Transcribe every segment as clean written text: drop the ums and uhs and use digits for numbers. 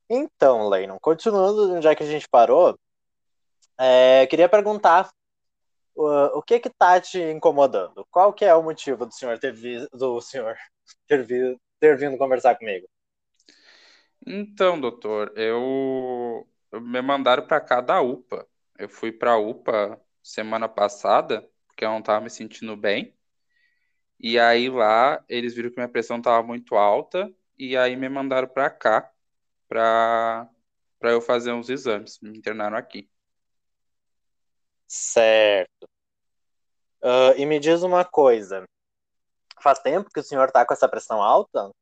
Então, Lennon, continuando onde é que a gente parou, queria perguntar o que que tá te incomodando? Qual que é o motivo do senhor do senhor ter vindo conversar comigo? Então, doutor, me mandaram para cá da UPA. Eu fui para a UPA semana passada, porque eu não estava me sentindo bem. E aí lá eles viram que minha pressão estava muito alta e aí me mandaram para cá para eu fazer uns exames. Me internaram aqui. Certo. E me diz uma coisa, faz tempo que o senhor tá com essa pressão alta?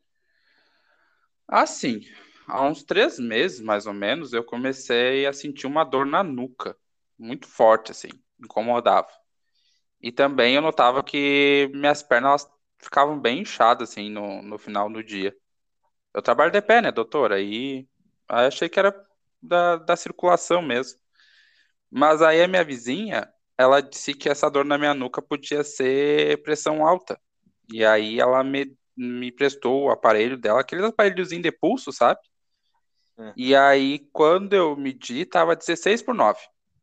Assim, há uns 3 meses mais ou menos eu comecei a sentir uma dor na nuca, muito forte assim, incomodava. E também eu notava que minhas pernas elas ficavam bem inchadas, assim, no final do dia. Eu trabalho de pé, né, doutora? Aí achei que era da circulação mesmo. Mas aí a minha vizinha, ela disse que essa dor na minha nuca podia ser pressão alta. E aí ela me prestou o aparelho dela, aquele aparelhozinho de pulso, sabe? Uhum. E aí, quando eu medi, tava 16/9.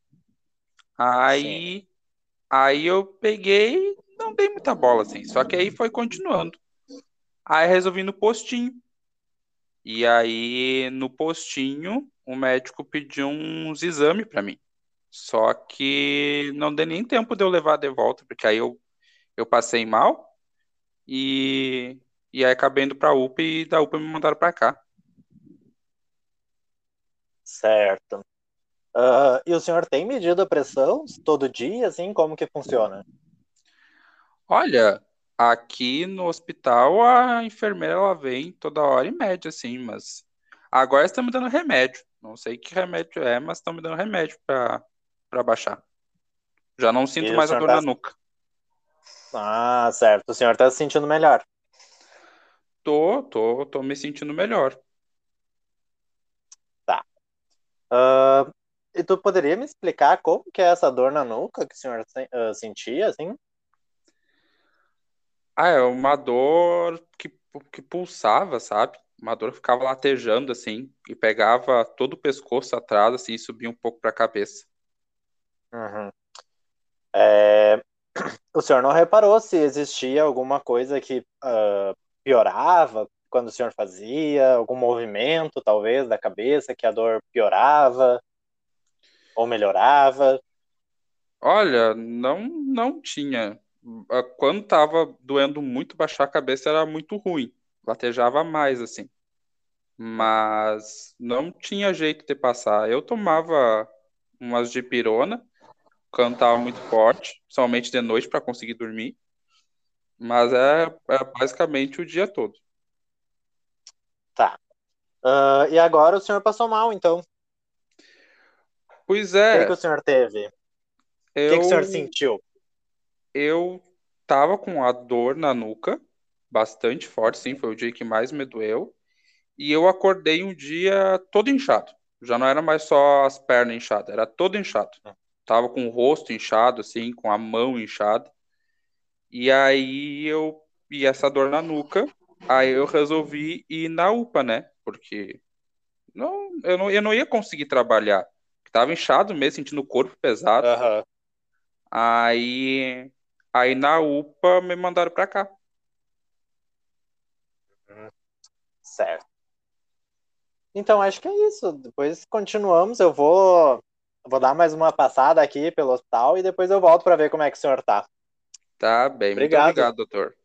Sim, Aí eu peguei, não dei muita bola, assim. Só que aí foi continuando. Aí resolvi ir no postinho. E aí no postinho o médico pediu uns exames pra mim. Só que não deu nem tempo de eu levar de volta, porque eu passei mal e aí acabei indo pra UPA e da UPA me mandaram pra cá. certo. E o senhor tem medido a pressão todo dia, assim? Como que funciona? Olha, aqui no hospital a enfermeira ela vem toda hora e mede assim, mas agora estão me dando remédio. Não sei que remédio é, mas estão me dando remédio pra baixar. Já não sinto E o mais a senhor dor tá... na nuca. Ah, certo. O senhor tá se sentindo melhor. Tô me sentindo melhor. Tá. E tu poderia me explicar como que é essa dor na nuca que o senhor sentia, assim? Ah, é uma dor que pulsava, sabe? Uma dor que ficava latejando assim e pegava todo o pescoço atrás assim e subia um pouco para a cabeça. Uhum. É, O senhor não reparou se existia alguma coisa que piorava quando o senhor fazia, algum movimento, talvez, da cabeça, que a dor piorava ou melhorava? Olha, não tinha. Quando tava doendo muito, baixar a cabeça era muito ruim. Latejava mais assim. Mas não tinha jeito de passar. Eu tomava umas dipirona, cantava muito forte, somente de noite para conseguir dormir, mas é basicamente o dia todo. Tá. E agora o senhor passou mal, então. O Pois que o é, senhor teve? O que o senhor eu sentiu? eu tava com a dor na nuca, bastante forte, sim, foi o dia que mais me doeu, e eu acordei um dia todo inchado. Já não era mais só as pernas inchadas, era todo inchado. Tava com o rosto inchado, assim, com a mão inchada. E essa dor na nuca, aí eu resolvi ir na UPA, né? Porque eu não ia conseguir trabalhar. Tava inchado mesmo, sentindo o corpo pesado. Aham. Aí, aí na UPA me mandaram pra cá. Hum, Certo. Então, acho que é isso. Depois continuamos. Eu vou dar mais uma passada aqui pelo hospital e depois eu volto para ver como é que o senhor tá. Tá bem, muito Obrigado. obrigado, doutor.